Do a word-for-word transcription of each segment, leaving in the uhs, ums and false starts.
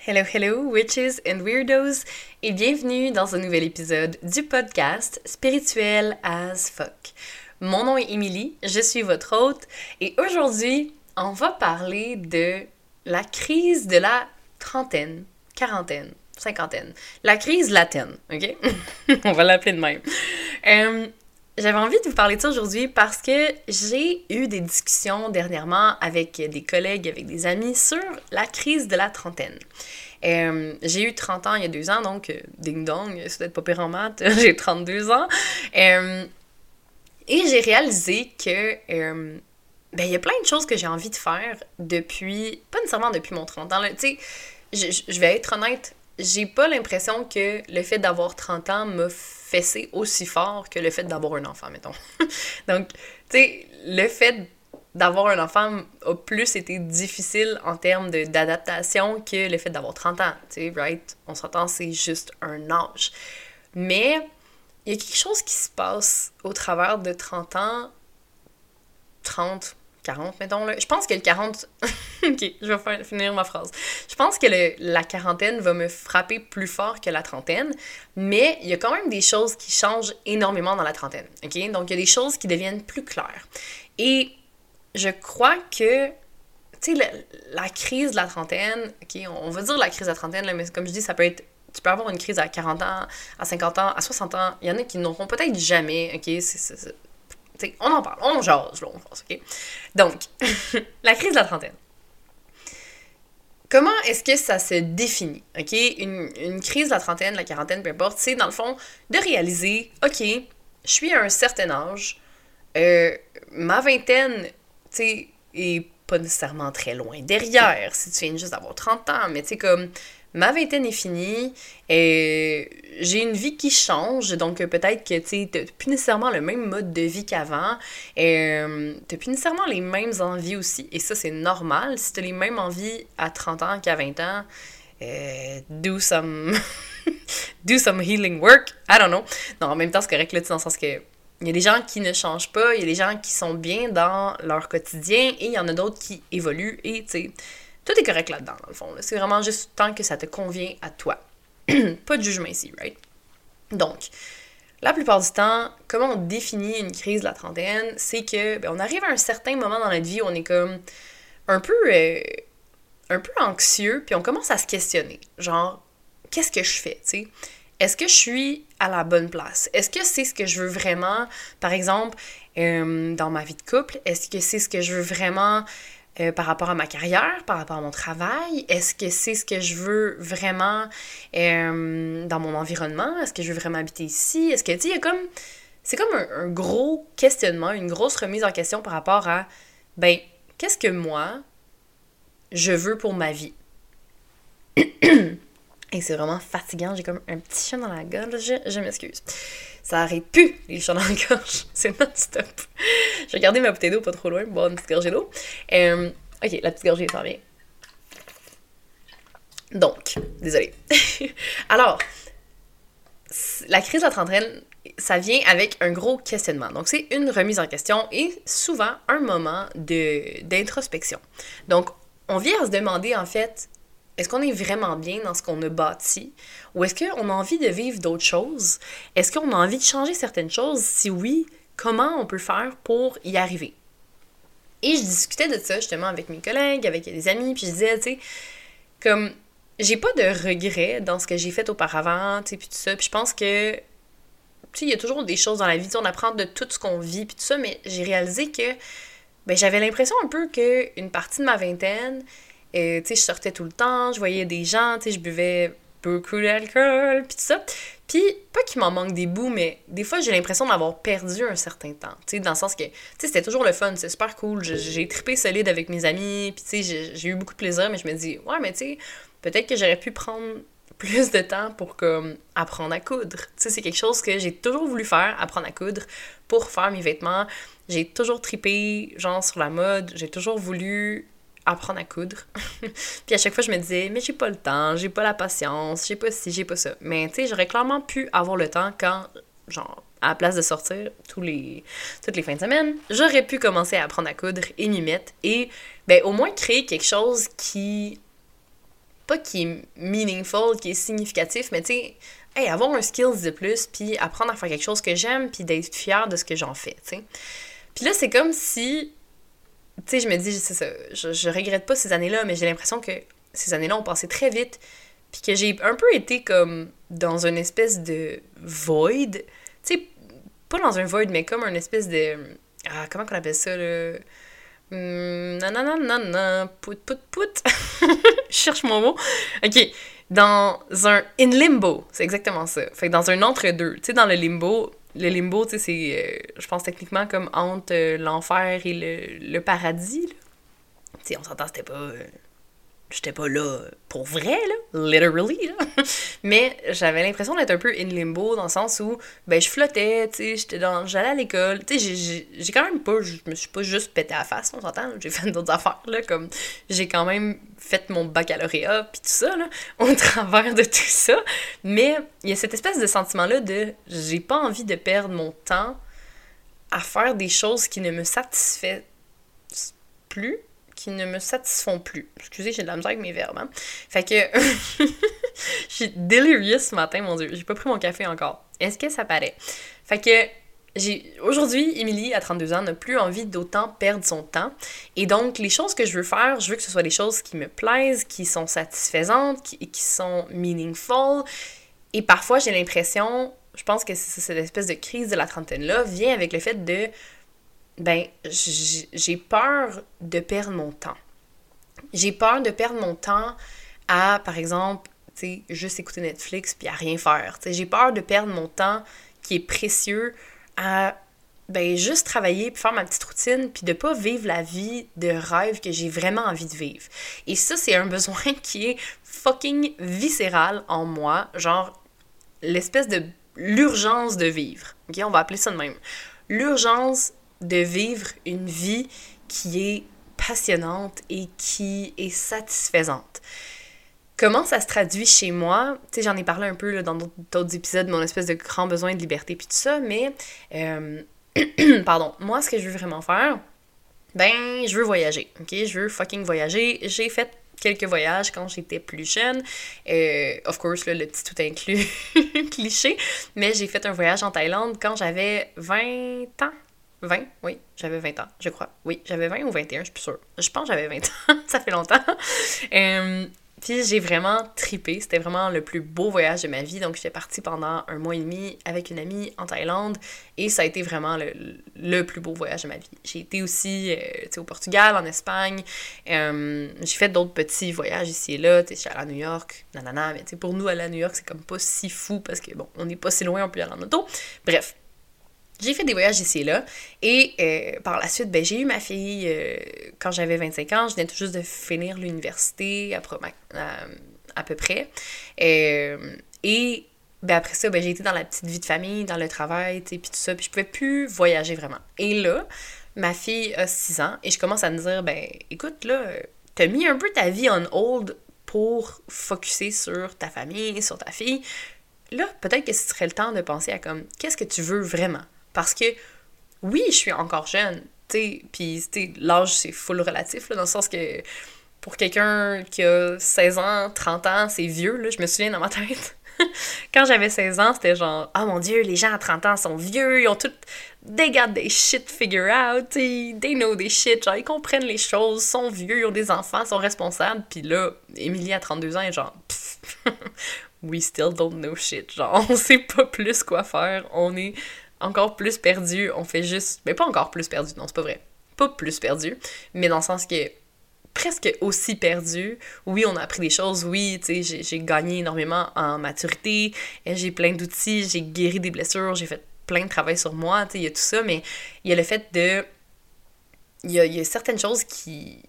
Hello, hello, witches and weirdos, et bienvenue dans un nouvel épisode du podcast Spirituel as fuck. Mon nom est Émilie, je suis votre hôte, et aujourd'hui, on va parler de la crise de la trentaine, quarantaine, cinquantaine. La crise latine, ok? On va l'appeler de même. Euh, J'avais envie de vous parler de ça aujourd'hui parce que j'ai eu des discussions dernièrement avec des collègues, avec des amis sur la crise de la trentaine. Euh, j'ai eu trente ans il y a deux ans, donc euh, ding dong, c'est peut-être pas pire en maths, j'ai trente-deux ans. Euh, et j'ai réalisé que euh, ben, il y a plein de choses que j'ai envie de faire depuis, pas nécessairement depuis mon trente ans, là, tu sais, je, je vais être honnête, j'ai pas l'impression que le fait d'avoir trente ans m'a fessé aussi fort que le fait d'avoir un enfant, mettons. Donc, tu sais, le fait d'avoir un enfant a plus été difficile en termes de, d'adaptation que le fait d'avoir trente ans, tu sais, right? On s'entend, c'est juste un âge. Mais il y a quelque chose qui se passe au travers de trente ans, trente, quarante, mettons, là. Je pense que le quarante... ok, je vais faire, finir ma phrase. Je pense que le, la quarantaine va me frapper plus fort que la trentaine, mais il y a quand même des choses qui changent énormément dans la trentaine, ok? Donc, il y a des choses qui deviennent plus claires. Et je crois que, tu sais, la, la crise de la trentaine, ok, on va dire la crise de la trentaine, là, mais comme je dis, ça peut être... Tu peux avoir une crise à quarante ans, à cinquante ans, à soixante ans. Il y en a qui n'auront peut-être jamais, ok? C'est... c'est, c'est T'sais, on en parle, on jase, là, on jase, ok? Donc, la crise de la trentaine. Comment est-ce que ça se définit, ok? Une, une crise de la trentaine, la quarantaine, peu importe, c'est dans le fond de réaliser, ok, je suis à un certain âge, euh, ma vingtaine, tu sais, est pas nécessairement très loin derrière, si tu viens juste d'avoir trente ans, mais tu sais, comme... Ma vingtaine est finie, et j'ai une vie qui change, donc peut-être que tu n'as plus nécessairement le même mode de vie qu'avant, et tu n'as plus nécessairement les mêmes envies aussi, et ça c'est normal. Si tu as les mêmes envies à trente ans qu'à vingt ans, euh, do some do some healing work, I don't know. Non, en même temps c'est correct là, dans le sens que il y a des gens qui ne changent pas, il y a des gens qui sont bien dans leur quotidien, et il y en a d'autres qui évoluent, et tu sais... Tout est correct là-dedans, dans le fond. Là. C'est vraiment juste tant que ça te convient à toi. Pas de jugement ici, right? Donc, la plupart du temps, comment on définit une crise de la trentaine, c'est que ben, on arrive à un certain moment dans notre vie où on est comme un peu, euh, un peu anxieux, puis on commence à se questionner. Genre, qu'est-ce que je fais, tu sais? Est-ce que je suis à la bonne place? Est-ce que c'est ce que je veux vraiment, par exemple, euh, dans ma vie de couple? Est-ce que c'est ce que je veux vraiment... Euh, par rapport à ma carrière, par rapport à mon travail? Est-ce que c'est ce que je veux vraiment euh, dans mon environnement? Est-ce que je veux vraiment habiter ici? Est-ce que, tu sais, il y a comme... C'est comme un, un gros questionnement, une grosse remise en question par rapport à, ben, qu'est-ce que moi, je veux pour ma vie? Et c'est vraiment fatigant, j'ai comme un petit chat dans la gorge, je, je m'excuse. Ça arrête plus, les chats dans la gorge, c'est non-stop. Je vais garder ma bouteille d'eau pas trop loin, boire une petite gorgée d'eau. Euh, ok, la petite gorgée s'en vient. Donc, désolée. Alors, la crise de la trentaine, ça vient avec un gros questionnement. Donc, c'est une remise en question et souvent un moment de, d'introspection. Donc, on vient à se demander, en fait, est-ce qu'on est vraiment bien dans ce qu'on a bâti? Ou est-ce qu'on a envie de vivre d'autres choses? Est-ce qu'on a envie de changer certaines choses? Si oui, comment on peut faire pour y arriver? Et je discutais de ça justement avec mes collègues, avec des amis, puis je disais, tu sais, comme, j'ai pas de regrets dans ce que j'ai fait auparavant, tu sais, puis tout ça, puis je pense que, tu sais, il y a toujours des choses dans la vie, on apprend de tout ce qu'on vit, puis tout ça, mais j'ai réalisé que, ben, j'avais l'impression un peu qu'une partie de ma vingtaine, Euh, tu sais, je sortais tout le temps, je voyais des gens, tu sais, je buvais beaucoup d'alcool, puis tout ça. Puis, pas qu'il m'en manque des bouts, mais des fois, j'ai l'impression d'avoir perdu un certain temps, tu sais, dans le sens que, tu sais, c'était toujours le fun, c'est super cool, j'ai, j'ai trippé solide avec mes amis, puis tu sais, j'ai, j'ai eu beaucoup de plaisir, mais je me dis, ouais, mais tu sais, peut-être que j'aurais pu prendre plus de temps pour, comme, apprendre à coudre. Tu sais, c'est quelque chose que j'ai toujours voulu faire, apprendre à coudre, pour faire mes vêtements. J'ai toujours trippé, genre, sur la mode, j'ai toujours voulu... apprendre à coudre. Puis à chaque fois, je me disais, mais j'ai pas le temps, j'ai pas la patience, j'ai pas ci, j'ai pas ça. Mais tu sais, j'aurais clairement pu avoir le temps quand, genre, à la place de sortir tous les, toutes les fins de semaine, j'aurais pu commencer à apprendre à coudre et m'y mettre et, ben, au moins créer quelque chose qui pas qui est meaningful, qui est significatif, mais tu sais, hey, avoir un skills de plus, puis apprendre à faire quelque chose que j'aime, puis d'être fière de ce que j'en fais, tu sais. Puis là, c'est comme si, tu sais, je me dis, c'est ça, je, je regrette pas ces années-là, mais j'ai l'impression que ces années-là ont passé très vite, puis que j'ai un peu été comme dans une espèce de void, tu sais, pas dans un void, mais comme une espèce de... Ah, comment qu'on appelle ça, là? Hum, non, non, non, non, non, pout, pout, pout. Je cherche mon mot. OK, dans un in limbo, c'est exactement ça. Fait que dans un entre-deux, tu sais, dans le limbo, le limbo, tu sais, c'est, euh, je pense techniquement comme entre euh, l'enfer et le, le paradis, là. Tu sais, on s'entend, c'était pas... euh, J'étais pas là pour vrai, là, literally, là. Mais j'avais l'impression d'être un peu in limbo dans le sens où, ben, je flottais, tu sais, j'étais dans... J'allais à l'école, tu sais, j'ai, j'ai, j'ai quand même pas... Je me suis pas juste pété à la face, on s'entend, j'ai fait d'autres affaires, là, comme... J'ai quand même fait mon baccalauréat, pis tout ça, là, au travers de tout ça. Mais il y a cette espèce de sentiment-là de... J'ai pas envie de perdre mon temps à faire des choses qui ne me satisfait plus, qui ne me satisfont plus. Excusez, j'ai de la misère avec mes verbes, hein? Fait que... Je suis delirious ce matin, mon Dieu. J'ai pas pris mon café encore. Est-ce que ça paraît? Fait que... j'ai Aujourd'hui, Émilie, à trente-deux ans, n'a plus envie d'autant perdre son temps. Et donc, les choses que je veux faire, je veux que ce soit des choses qui me plaisent, qui sont satisfaisantes, qui, qui sont meaningful. Et parfois, j'ai l'impression... Je pense que c'est cette espèce de crise de la trentaine-là vient avec le fait de... Ben, j'ai peur de perdre mon temps. J'ai peur de perdre mon temps à, par exemple, tu sais, juste écouter Netflix puis à rien faire. Tu sais, j'ai peur de perdre mon temps qui est précieux à, ben, juste travailler puis faire ma petite routine puis de pas vivre la vie de rêve que j'ai vraiment envie de vivre. Et ça, c'est un besoin qui est fucking viscéral en moi. Genre, l'espèce de... l'urgence de vivre. OK? On va appeler ça de même. L'urgence de vivre une vie qui est passionnante et qui est satisfaisante. Comment ça se traduit chez moi? Tu sais, j'en ai parlé un peu là, dans d'autres épisodes, mon espèce de grand besoin de liberté puis tout ça, mais... Euh, pardon. Moi, ce que je veux vraiment faire, ben, je veux voyager, OK? Je veux fucking voyager. J'ai fait quelques voyages quand j'étais plus jeune. Euh, of course, là, le petit tout inclus cliché, mais j'ai fait un voyage en Thaïlande quand j'avais vingt ans. vingt, oui, j'avais vingt ans, je crois. Oui, j'avais vingt ou vingt et un, je suis plus sûre. Je pense que j'avais vingt ans, ça fait longtemps. Euh, puis j'ai vraiment trippé, c'était vraiment le plus beau voyage de ma vie. Donc j'étais partie pendant un mois et demi avec une amie en Thaïlande et ça a été vraiment le, le plus beau voyage de ma vie. J'ai été aussi euh, tu sais, au Portugal, en Espagne. Euh, j'ai fait d'autres petits voyages ici et là. Tu sais, je suis allée à New York, nanana. Mais tu sais, pour nous, aller à New York, c'est comme pas si fou parce que bon, on n'est pas si loin, on peut y aller en auto. Bref. J'ai fait des voyages ici et là, et euh, par la suite, ben, j'ai eu ma fille euh, quand j'avais vingt-cinq ans, je venais tout juste de finir l'université, à, à, à peu près, euh, et ben, après ça, ben, j'ai été dans la petite vie de famille, dans le travail, tu sais, puis tout ça, puis je pouvais plus voyager vraiment. Et là, ma fille a six ans, et je commence à me dire, ben, écoute, là, t'as mis un peu ta vie on hold pour focusser sur ta famille, sur ta fille. Là, peut-être que ce serait le temps de penser à comme, qu'est-ce que tu veux vraiment? Parce que, oui, je suis encore jeune, tu sais, puis l'âge, c'est full relatif, là, dans le sens que pour quelqu'un qui a seize ans, trente ans, c'est vieux, là, je me souviens dans ma tête. Quand j'avais seize ans, c'était genre, ah oh, mon Dieu, les gens à trente ans sont vieux, ils ont tout, they got des shit figure out, they know des shit, genre, ils comprennent les choses, sont vieux, ils ont des enfants, sont responsables, puis là, Émilie à trente-deux ans est genre, we still don't know shit, genre, on sait pas plus quoi faire, on est encore plus perdu, on fait juste... Mais pas encore plus perdu, non, c'est pas vrai. Pas plus perdu, mais dans le sens que presque aussi perdu. Oui, on a appris des choses, oui, tu sais, j'ai, j'ai gagné énormément en maturité, j'ai plein d'outils, j'ai guéri des blessures, j'ai fait plein de travail sur moi, tu sais, il y a tout ça, mais il y a le fait de... Il y a, il y a certaines choses qui...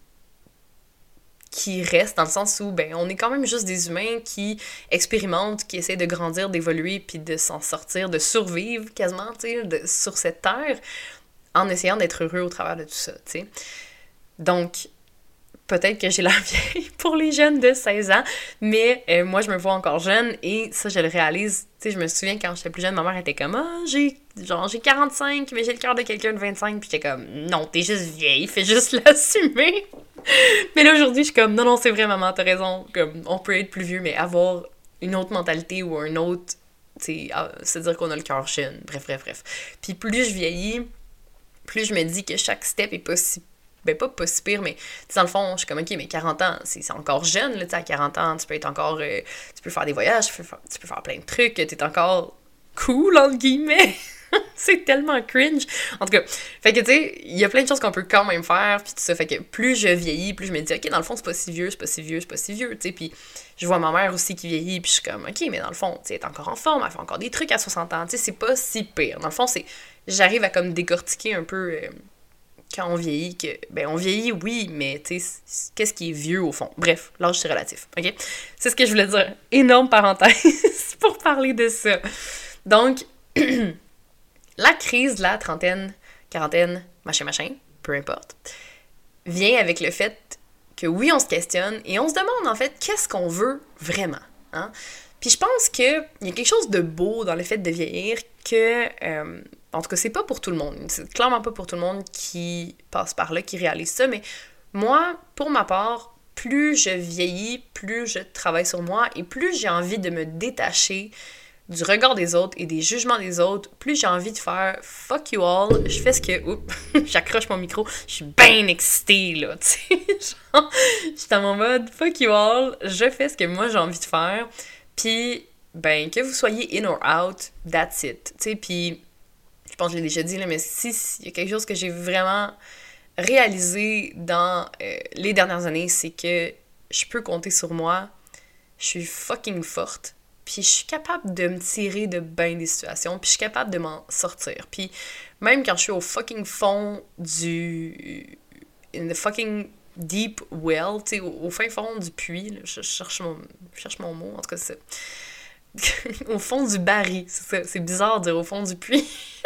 qui restent dans le sens où, ben, on est quand même juste des humains qui expérimentent, qui essaient de grandir, d'évoluer, puis de s'en sortir, de survivre quasiment, tu sais, de, sur cette terre, en essayant d'être heureux au travers de tout ça, tu sais. Donc, peut-être que j'ai l'air vieille pour les jeunes de seize ans, mais euh, moi, je me vois encore jeune et ça, je le réalise. Tu sais, je me souviens quand j'étais plus jeune, ma mère était comme « Ah, j'ai genre j'ai quarante-cinq, mais j'ai le cœur de quelqu'un de vingt-cinq. » Puis j'étais comme « Non, t'es juste vieille, fais juste l'assumer. » Mais là, aujourd'hui, je suis comme « Non, non, c'est vrai, maman, t'as raison. Comme, on peut être plus vieux, mais avoir une autre mentalité ou un autre... Tu sais, c'est-à-dire qu'on a le cœur jeune. » Bref, bref, bref. Puis plus je vieillis, plus je me dis que chaque step est pas si... Ben, pas pas si pire, mais dans le fond, je suis comme, OK, mais quarante ans, c'est, c'est encore jeune, là, tu sais, à quarante ans, tu peux être encore... Euh, tu peux faire des voyages, tu peux faire, tu peux faire plein de trucs, t'es encore cool, entre guillemets. C'est tellement cringe. En tout cas, fait que, tu sais, il y a plein de choses qu'on peut quand même faire, puis tout ça, fait que plus je vieillis, plus je me dis, OK, dans le fond, c'est pas si vieux, c'est pas si vieux, c'est pas si vieux, tu sais, puis je vois ma mère aussi qui vieillit, puis je suis comme, OK, mais dans le fond, tu sais, elle est encore en forme, elle fait encore des trucs à soixante ans, tu sais, c'est pas si pire. Dans le fond, c'est... J'arrive à, comme, décortiquer un peu... Euh, quand on vieillit, que, ben on vieillit, oui, mais tu sais, qu'est-ce qui est vieux au fond? Bref, l'âge, c'est relatif, ok? C'est ce que je voulais dire. Énorme parenthèse pour parler de ça. Donc, la crise de la trentaine, quarantaine, machin, machin, peu importe, vient avec le fait que oui, on se questionne et on se demande en fait qu'est-ce qu'on veut vraiment, hein? Puis je pense qu'il y a quelque chose de beau dans le fait de vieillir que... Euh, en tout cas, c'est pas pour tout le monde. C'est clairement pas pour tout le monde qui passe par là, qui réalise ça, mais moi, pour ma part, plus je vieillis, plus je travaille sur moi et plus j'ai envie de me détacher du regard des autres et des jugements des autres, plus j'ai envie de faire « fuck you all », je fais ce que... Oups, j'accroche mon micro, je suis bien excitée, là, tu sais, genre, je suis dans mon mode « fuck you all », je fais ce que moi j'ai envie de faire, puis, ben, que vous soyez in or out, that's it, tu sais, puis... Je pense que je l'ai déjà dit, là, mais si il y a quelque chose que j'ai vraiment réalisé dans euh, les dernières années, c'est que je peux compter sur moi, je suis fucking forte, puis je suis capable de me tirer de bien des situations, puis je suis capable de m'en sortir. Puis même quand je suis au fucking fond du... in the fucking deep well, tu sais, au, au fin fond du puits, là, je, je, cherche mon, je cherche mon mot, en tout cas c'est... au fond du baril, c'est ça, c'est bizarre de dire au fond du puits.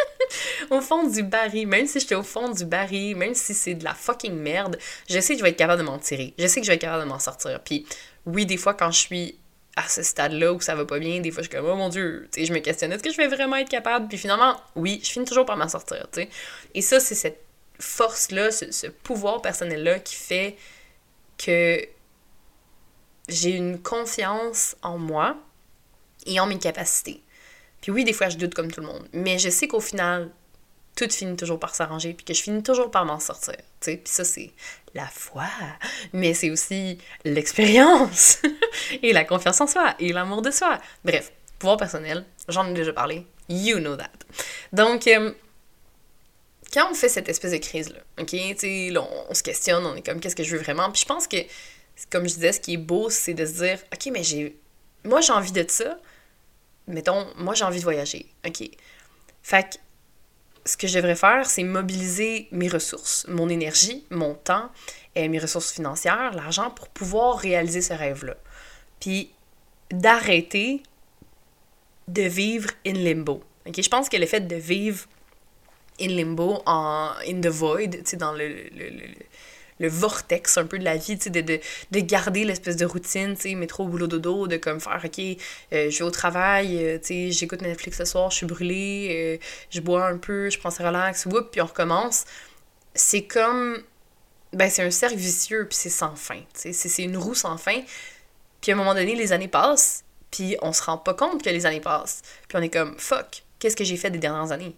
Au fond du baril, même si j'étais au fond du baril, même si c'est de la fucking merde, je sais que je vais être capable de m'en tirer. Je sais que je vais être capable de m'en sortir. Puis oui, des fois, quand je suis à ce stade-là où ça va pas bien, des fois, je suis comme, oh mon Dieu, tu sais, je me questionne, est-ce que je vais vraiment être capable? Puis finalement, oui, je finis toujours par m'en sortir, tu sais. Et ça, c'est cette force-là, ce, ce pouvoir personnel-là qui fait que j'ai une confiance en moi et en mes capacités. Puis oui, des fois, je doute comme tout le monde. Mais je sais qu'au final, tout finit toujours par s'arranger, puis que je finis toujours par m'en sortir. Tu sais, puis ça, c'est la foi. Mais c'est aussi l'expérience. Et la confiance en soi. Et l'amour de soi. Bref, pouvoir personnel, j'en ai déjà parlé. You know that. Donc, euh, quand on fait cette espèce de crise-là, OK, tu sais, là, on, on se questionne, on est comme, qu'est-ce que je veux vraiment? Puis je pense que, comme je disais, ce qui est beau, c'est de se dire, OK, mais j'ai... Moi, j'ai envie de ça. Mettons, moi, j'ai envie de voyager. OK. Fait que ce que je devrais faire, c'est mobiliser mes ressources, mon énergie, mon temps, et mes ressources financières, l'argent, pour pouvoir réaliser ce rêve-là. Puis d'arrêter de vivre in limbo. OK? Je pense que le fait de vivre in limbo, en in the void, tu sais, dans le, le, le, le vortex un peu de la vie, tu sais, de, de, de garder l'espèce de routine, tu sais, métro, boulot, dodo, de comme faire, OK, euh, je vais au travail, euh, tu sais, j'écoute Netflix ce soir, je suis brûlée, euh, je bois un peu, je prends ça relax, whoop, puis on recommence. C'est comme, ben c'est un cercle vicieux, puis c'est sans fin, tu sais, c'est, c'est une roue sans fin, puis à un moment donné, les années passent, puis on se rend pas compte que les années passent, puis on est comme, fuck, qu'est-ce que j'ai fait des dernières années?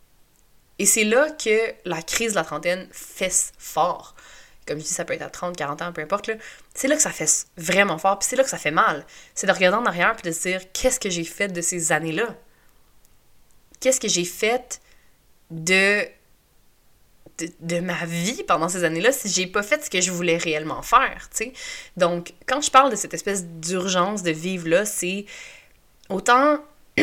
Et c'est là que la crise de la trentaine fesse fort. Comme je dis, ça peut être à trente, quarante ans, peu importe, là. C'est là que ça fait vraiment fort, puis c'est là que ça fait mal. C'est de regarder en arrière puis de se dire, qu'est-ce que j'ai fait de ces années-là? Qu'est-ce que j'ai fait de, de, de ma vie pendant ces années-là si j'ai pas fait ce que je voulais réellement faire, tu sais? Donc, quand je parle de cette espèce d'urgence de vivre-là, c'est autant...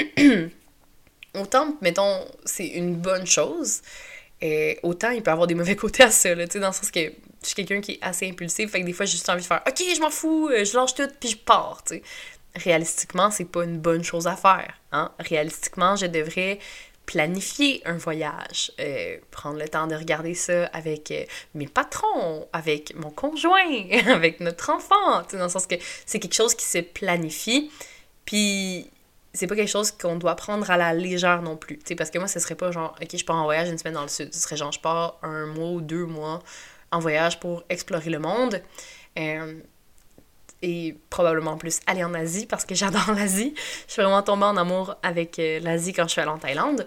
autant, mettons, c'est une bonne chose, et autant il peut avoir des mauvais côtés à ça, là, tu sais, dans le sens que je suis quelqu'un qui est assez impulsif, fait que des fois, j'ai juste envie de faire « Ok, je m'en fous, je lâche tout, puis je pars », tu sais. Réalistiquement, c'est pas une bonne chose à faire, hein. Réalistiquement, je devrais planifier un voyage, euh, prendre le temps de regarder ça avec euh, mes patrons, avec mon conjoint, avec notre enfant, dans le sens que c'est quelque chose qui se planifie, puis c'est pas quelque chose qu'on doit prendre à la légère non plus, t'sais, parce que moi, ce serait pas genre, ok, je pars en voyage une semaine dans le sud, ce serait genre, je pars un mois ou deux mois en voyage pour explorer le monde, euh, et probablement plus aller en Asie, parce que j'adore l'Asie. Je suis vraiment tombée en amour avec euh, l'Asie quand je suis allée en Thaïlande.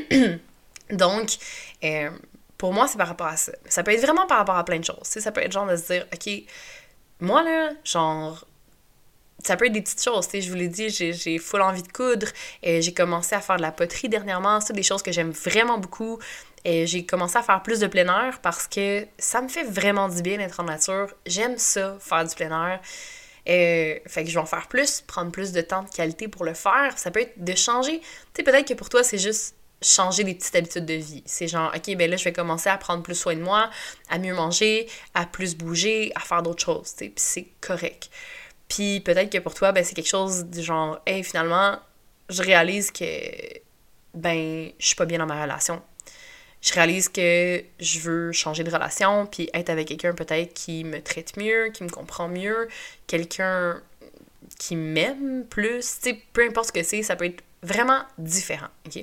Donc, euh, pour moi, c'est par rapport à ça. Ça peut être vraiment par rapport à plein de choses. T'sais, ça peut être genre de se dire, OK, moi là, genre, ça peut être des petites choses. T'sais, je vous l'ai dit, j'ai, j'ai full envie de coudre. Et j'ai commencé à faire de la poterie dernièrement. C'est des choses que j'aime vraiment beaucoup. Et j'ai commencé à faire plus de plein air parce que ça me fait vraiment du bien d'être en nature. J'aime ça, faire du plein air. Euh, fait que je vais en faire plus, prendre plus de temps de qualité pour le faire. Ça peut être de changer. Tu sais, peut-être que pour toi, c'est juste changer des petites habitudes de vie. C'est genre, OK, ben là, je vais commencer à prendre plus soin de moi, à mieux manger, à plus bouger, à faire d'autres choses, tu sais, puis c'est correct. Puis peut-être que pour toi, ben c'est quelque chose du genre, hey, finalement, je réalise que, ben, je suis pas bien dans ma relation. Je réalise que je veux changer de relation, puis être avec quelqu'un peut-être qui me traite mieux, qui me comprend mieux, quelqu'un qui m'aime plus, tu sais, peu importe ce que c'est, ça peut être vraiment différent, ok?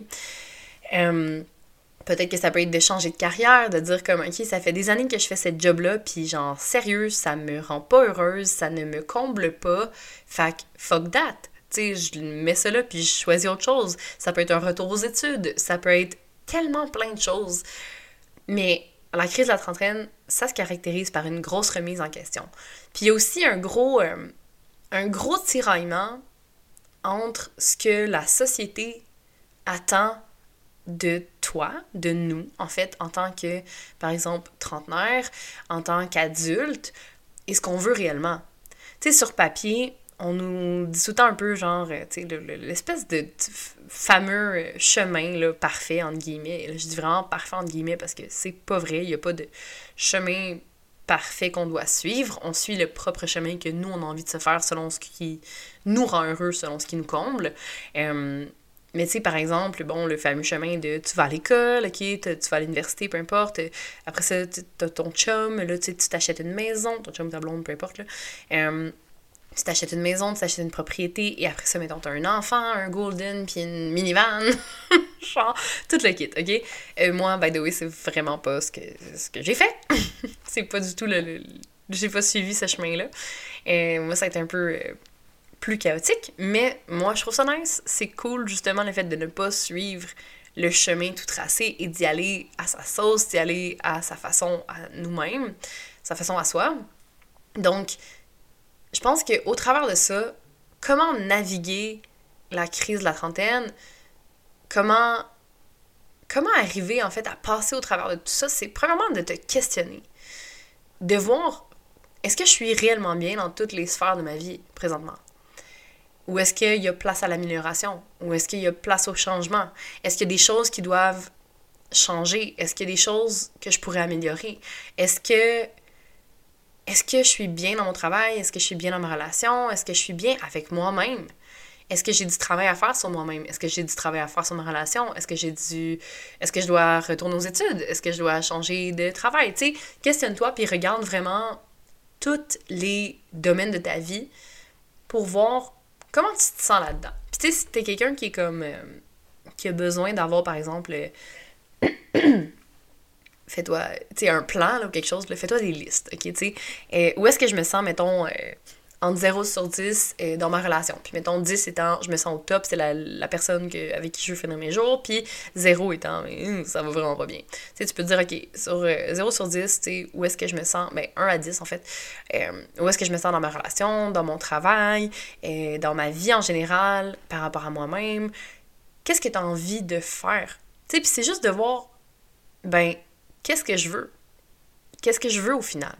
Euh, peut-être que ça peut être de changer de carrière, de dire comme, ok, ça fait des années que je fais cette job-là, puis genre, sérieux, ça me rend pas heureuse, ça ne me comble pas, fait que fuck that, tu sais, je mets ça là, puis je choisis autre chose. Ça peut être un retour aux études, ça peut être tellement plein de choses. Mais la crise de la trentaine, ça se caractérise par une grosse remise en question. Puis il y a aussi un gros, euh, un gros tiraillement entre ce que la société attend de toi, de nous, en fait, en tant que, par exemple, trentenaire, en tant qu'adulte, et ce qu'on veut réellement. Tu sais, sur papier, on nous dit tout le temps un peu, genre, tu sais, le, le, l'espèce de fameux chemin, là, parfait, entre guillemets. Là, je dis vraiment parfait, entre guillemets, parce que c'est pas vrai, il n'y a pas de chemin parfait qu'on doit suivre. On suit le propre chemin que nous, on a envie de se faire selon ce qui nous rend heureux, selon ce qui nous comble. Euh, mais tu sais, par exemple, bon, le fameux chemin de tu vas à l'école, ok, tu vas à l'université, peu importe. Après ça, t'as ton chum, là, tu t'achètes une maison, ton chum, ta blonde, peu importe, là. Euh, tu t'achètes une maison, tu t'achètes une propriété, et après ça, mettons, t'as un enfant, un golden, puis une minivan. Genre, tout le kit, ok? Euh, moi, by the way, c'est vraiment pas ce que, ce que j'ai fait. C'est pas du tout le... le j'ai pas suivi ce chemin-là. Euh, moi, ça a été un peu euh, plus chaotique, mais moi, je trouve ça nice. C'est cool, justement, le fait de ne pas suivre le chemin tout tracé et d'y aller à sa sauce, d'y aller à sa façon à nous-mêmes, sa façon à soi. Donc, je pense qu'au travers de ça, comment naviguer la crise de la trentaine, comment, comment arriver en fait à passer au travers de tout ça, c'est premièrement de te questionner, de voir est-ce que je suis réellement bien dans toutes les sphères de ma vie présentement? Ou est-ce qu'il y a place à l'amélioration? Ou est-ce qu'il y a place au changement? Est-ce qu'il y a des choses qui doivent changer? Est-ce qu'il y a des choses que je pourrais améliorer? Est-ce que Est-ce que je suis bien dans mon travail? Est-ce que je suis bien dans ma relation? Est-ce que je suis bien avec moi-même? Est-ce que j'ai du travail à faire sur moi-même? Est-ce que j'ai du travail à faire sur ma relation? Est-ce que j'ai du... Est-ce que je dois retourner aux études? Est-ce que je dois changer de travail? Tu sais, questionne-toi puis regarde vraiment tous les domaines de ta vie pour voir comment tu te sens là-dedans. Puis tu sais, si t'es quelqu'un qui est comme... Euh, qui a besoin d'avoir, par exemple... Euh, fais-toi, tu sais, un plan, là, ou quelque chose, là, fais-toi des listes, ok, tu sais. Euh, où est-ce que je me sens, mettons, euh, entre zéro sur dix euh, dans ma relation? Puis, mettons, dix étant, je me sens au top, c'est la, la personne que, avec qui je veux finir mes jours, puis zéro étant, hum, ça va vraiment pas bien. Tu sais, tu peux te dire, ok, sur euh, zéro sur dix, tu sais, où est-ce que je me sens, ben, un à dix, en fait, euh, où est-ce que je me sens dans ma relation, dans mon travail, euh, dans ma vie en général, par rapport à moi-même, qu'est-ce que tu as envie de faire? Tu sais, puis c'est juste de voir, ben, qu'est-ce que je veux? Qu'est-ce que je veux au final?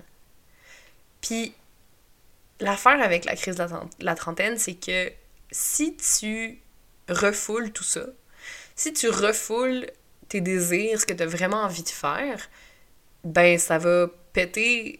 Puis, l'affaire avec la crise de la trentaine, c'est que si tu refoules tout ça, si tu refoules tes désirs, ce que tu as vraiment envie de faire, ben ça va péter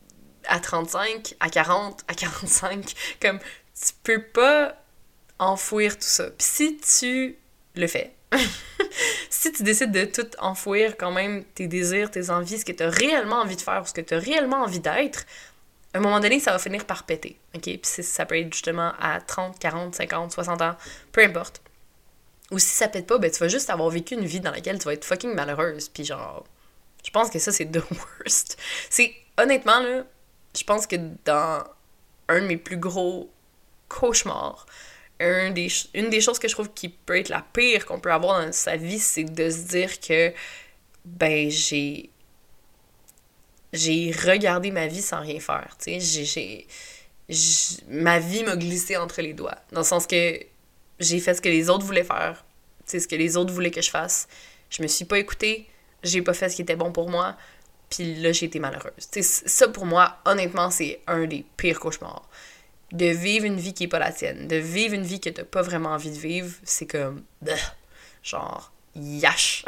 à trente-cinq, à quarante, à quarante-cinq. Comme, tu peux pas enfouir tout ça. Puis si tu le fais, si tu décides de tout enfouir quand même, tes désirs, tes envies, ce que tu as réellement envie de faire, ce que tu as réellement envie d'être, à un moment donné, ça va finir par péter, ok? Puis ça peut être justement à trente, quarante, cinquante, soixante ans, peu importe. Ou si ça pète pas, ben tu vas juste avoir vécu une vie dans laquelle tu vas être fucking malheureuse, puis genre... Je pense que ça, c'est the worst. C'est, honnêtement, là, je pense que dans un de mes plus gros cauchemars, un des, une des choses que je trouve qui peut être la pire qu'on peut avoir dans sa vie, c'est de se dire que, ben, j'ai... J'ai regardé ma vie sans rien faire, tu sais. J'ai... j'ai, j'ai ma vie m'a glissé entre les doigts. Dans le sens que j'ai fait ce que les autres voulaient faire. Tu sais, ce que les autres voulaient que je fasse. Je me suis pas écoutée. J'ai pas fait ce qui était bon pour moi. Puis là, j'ai été malheureuse. Tu sais, ça, pour moi, honnêtement, c'est un des pires cauchemars. De vivre une vie qui est pas la tienne. De vivre une vie que t'as pas vraiment envie de vivre, c'est comme... Bleh, genre, yash.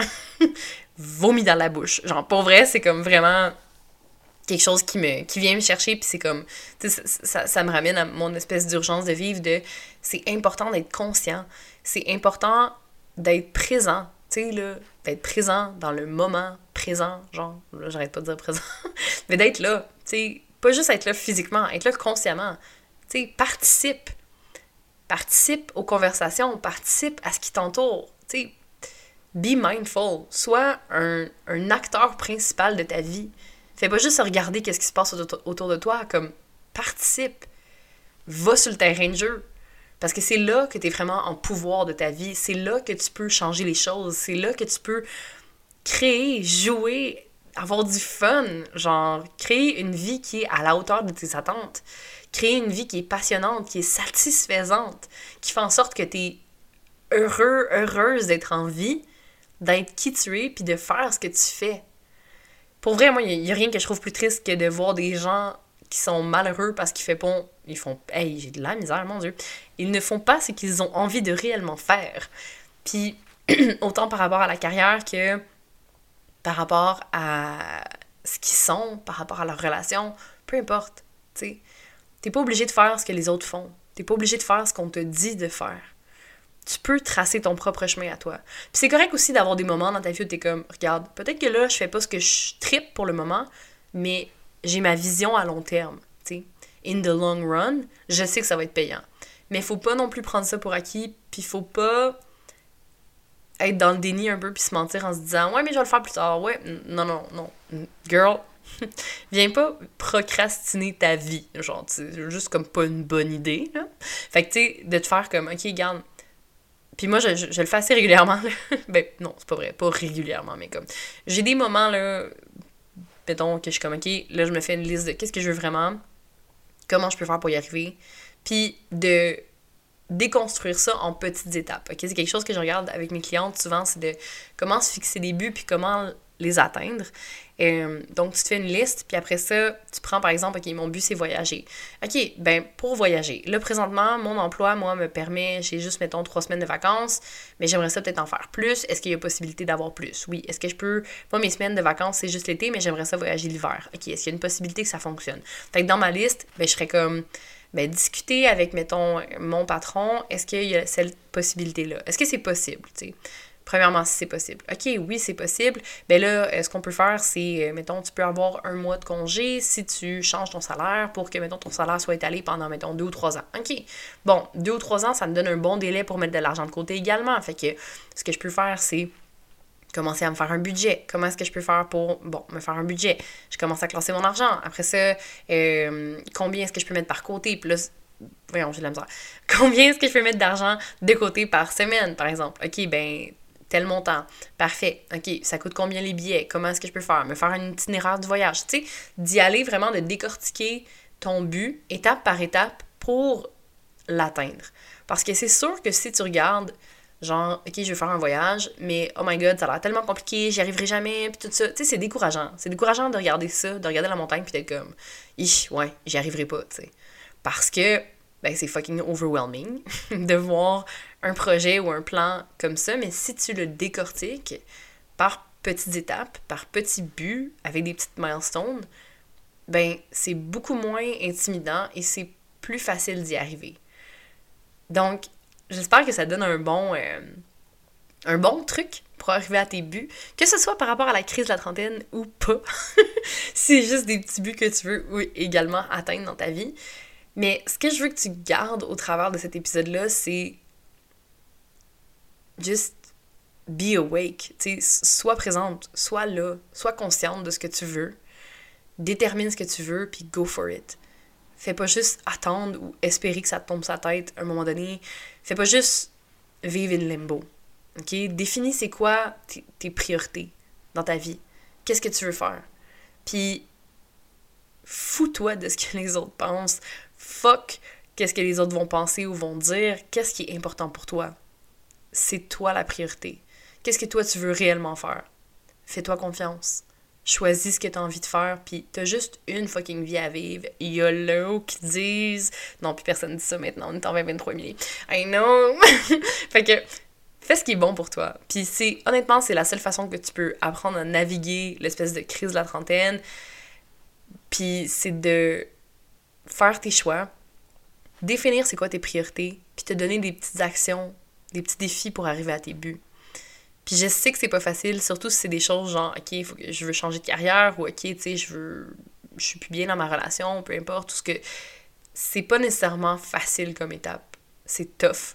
Vomi dans la bouche. Genre, pour vrai, c'est comme vraiment... quelque chose qui me qui vient me chercher, puis c'est comme, tu sais, ça, ça, ça me ramène à mon espèce d'urgence de vivre, de, c'est important d'être conscient, c'est important d'être présent, tu sais, là, d'être présent dans le moment présent, genre, là, j'arrête pas de dire présent, mais d'être là, tu sais, pas juste être là physiquement, être là consciemment, tu sais, participe, participe aux conversations, participe à ce qui t'entoure, tu sais, be mindful, sois un, un acteur principal de ta vie. Fais pas juste regarder qu'est-ce qui se passe autour de toi, comme participe, va sur le terrain de jeu. Parce que c'est là que tu es vraiment en pouvoir de ta vie, c'est là que tu peux changer les choses, c'est là que tu peux créer, jouer, avoir du fun, genre créer une vie qui est à la hauteur de tes attentes, créer une vie qui est passionnante, qui est satisfaisante, qui fait en sorte que tu es heureux, heureuse d'être en vie, d'être qui tu es, puis de faire ce que tu fais. Pour vrai, moi, il n'y a rien que je trouve plus triste que de voir des gens qui sont malheureux parce qu'ils font pas... Ils font... Hey, j'ai de la misère, mon Dieu. Ils ne font pas ce qu'ils ont envie de réellement faire. Puis, autant par rapport à la carrière que par rapport à ce qu'ils sont, par rapport à leur relation, peu importe, tu sais. T'es pas obligé de faire ce que les autres font. T'es pas obligé de faire ce qu'on te dit de faire. Tu peux tracer ton propre chemin à toi. Puis c'est correct aussi d'avoir des moments dans ta vie où t'es comme, regarde, peut-être que là, je fais pas ce que je trippe pour le moment, mais j'ai ma vision à long terme, tu sais. In the long run, je sais que ça va être payant. Mais faut pas non plus prendre ça pour acquis, puis faut pas être dans le déni un peu, puis se mentir en se disant, ouais, mais je vais le faire plus tard, ouais, non, non, non, girl, viens pas procrastiner ta vie, genre, c'est juste comme pas une bonne idée, là. Fait que, tu sais, de te faire comme, ok, garde. Puis moi, je, je, je le fais assez régulièrement, là. Ben, non, c'est pas vrai, pas régulièrement, mais comme... J'ai des moments, là, mettons, que je suis comme, OK, là, je me fais une liste de qu'est-ce que je veux vraiment, comment je peux faire pour y arriver, puis de déconstruire ça en petites étapes, OK? C'est quelque chose que je regarde avec mes clientes, souvent, c'est de comment se fixer des buts, puis comment les atteindre. Euh, donc, tu te fais une liste, puis après ça, tu prends par exemple, OK, mon but, c'est voyager. OK, ben pour voyager, là, présentement, mon emploi, moi, me permet, j'ai juste, mettons, trois semaines de vacances, mais j'aimerais ça peut-être en faire plus. Est-ce qu'il y a possibilité d'avoir plus? Oui. Est-ce que je peux... Moi, mes semaines de vacances, c'est juste l'été, mais j'aimerais ça voyager l'hiver. OK, est-ce qu'il y a une possibilité que ça fonctionne? Fait que dans ma liste, ben je serais comme... Ben, discuter avec, mettons, mon patron, est-ce qu'il y a cette possibilité-là? Est-ce que c'est possible, tu sais? Premièrement, si c'est possible. OK, oui, c'est possible. Ben là, ce qu'on peut faire, c'est, mettons, tu peux avoir un mois de congé si tu changes ton salaire pour que, mettons, ton salaire soit étalé pendant, mettons, deux ou trois ans. OK. Bon, deux ou trois ans, ça me donne un bon délai pour mettre de l'argent de côté également. Fait que ce que je peux faire, c'est commencer à me faire un budget. Comment est-ce que je peux faire pour, bon, me faire un budget? Je commence à classer mon argent. Après ça, euh, combien est-ce que je peux mettre par côté? Puis là, voyons, j'ai de la misère. Combien est-ce que je peux mettre d'argent de côté par semaine, par exemple? OK, ben, tel montant. Parfait. OK, ça coûte combien les billets? Comment est-ce que je peux faire? Me faire un itinéraire du voyage. Tu sais, d'y aller vraiment, de décortiquer ton but, étape par étape, pour l'atteindre. Parce que c'est sûr que si tu regardes... Genre, OK, je vais faire un voyage, mais oh my god, ça a l'air tellement compliqué, j'y arriverai jamais, puis tout ça. Tu sais, c'est décourageant. C'est décourageant de regarder ça, de regarder la montagne, puis d'être comme, ih, ouais, j'y arriverai pas, tu sais. Parce que, ben, c'est fucking overwhelming de voir un projet ou un plan comme ça, mais si tu le décortiques par petites étapes, par petits buts, avec des petites milestones, ben, c'est beaucoup moins intimidant et c'est plus facile d'y arriver. Donc, j'espère que ça donne un bon, euh, un bon truc pour arriver à tes buts, que ce soit par rapport à la crise de la trentaine ou pas. C'est juste des petits buts que tu veux oui, également atteindre dans ta vie. Mais ce que je veux que tu gardes au travers de cet épisode-là, c'est juste be awake. T'sais, sois présente, sois là, sois consciente de ce que tu veux, détermine ce que tu veux, puis go for it. Fais pas juste attendre ou espérer que ça te tombe sur la tête à un moment donné. Fais pas juste vivre in limbo. OK? Définis c'est quoi t- tes priorités dans ta vie. Qu'est-ce que tu veux faire? Puis, fous-toi de ce que les autres pensent. Fuck qu'est-ce que les autres vont penser ou vont dire. Qu'est-ce qui est important pour toi? C'est toi la priorité. Qu'est-ce que toi tu veux réellement faire? Fais-toi confiance. Choisis ce que t'as envie de faire, puis t'as juste une fucking vie à vivre. YOLO qui disent... Non, puis personne dit ça maintenant, on est en vingt vingt-trois, Émilie. I know! Fait que, fais ce qui est bon pour toi. Puis c'est, honnêtement, c'est la seule façon que tu peux apprendre à naviguer l'espèce de crise de la trentaine. Puis c'est de faire tes choix, définir c'est quoi tes priorités, puis te donner des petites actions, des petits défis pour arriver à tes buts. Puis je sais que c'est pas facile, surtout si c'est des choses genre, ok, faut que je veux changer de carrière, ou ok, tu sais, je veux, je suis plus bien dans ma relation, peu importe, tout ce que... C'est pas nécessairement facile comme étape. C'est tough.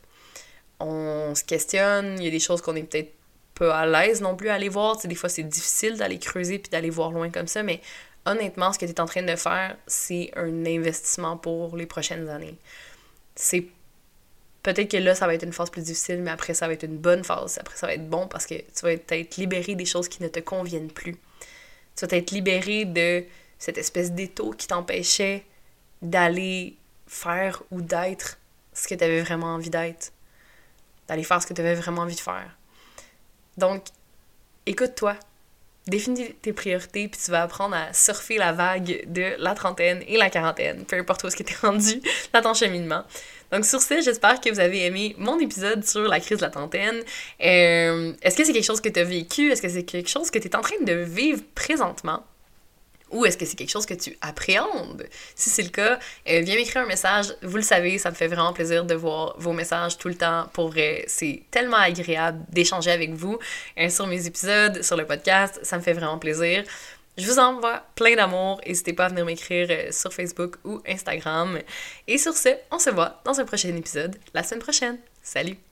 On se questionne, il y a des choses qu'on est peut-être pas à l'aise non plus à aller voir, tu sais, des fois c'est difficile d'aller creuser puis d'aller voir loin comme ça, mais honnêtement, ce que tu es en train de faire, c'est un investissement pour les prochaines années. C'est peut-être que là, ça va être une phase plus difficile, mais après, ça va être une bonne phase. Après, ça va être bon parce que tu vas être libéré des choses qui ne te conviennent plus. Tu vas être libéré de cette espèce d'étau qui t'empêchait d'aller faire ou d'être ce que tu avais vraiment envie d'être. D'aller faire ce que tu avais vraiment envie de faire. Donc, écoute-toi. Définis tes priorités, puis tu vas apprendre à surfer la vague de la trentaine et la quarantaine, peu importe où est-ce que tu es rendu dans ton cheminement. Donc sur ce, j'espère que vous avez aimé mon épisode sur la crise de la trentaine. Euh, est-ce que c'est quelque chose que tu as vécu? Est-ce que c'est quelque chose que tu es en train de vivre présentement? Ou est-ce que c'est quelque chose que tu appréhendes? Si c'est le cas, euh, viens m'écrire un message. Vous le savez, ça me fait vraiment plaisir de voir vos messages tout le temps. Pour vrai, c'est tellement agréable d'échanger avec vous euh, sur mes épisodes, sur le podcast. Ça me fait vraiment plaisir. Je vous envoie plein d'amour. N'hésitez pas à venir m'écrire euh, sur Facebook ou Instagram. Et sur ce, on se voit dans un prochain épisode la semaine prochaine. Salut!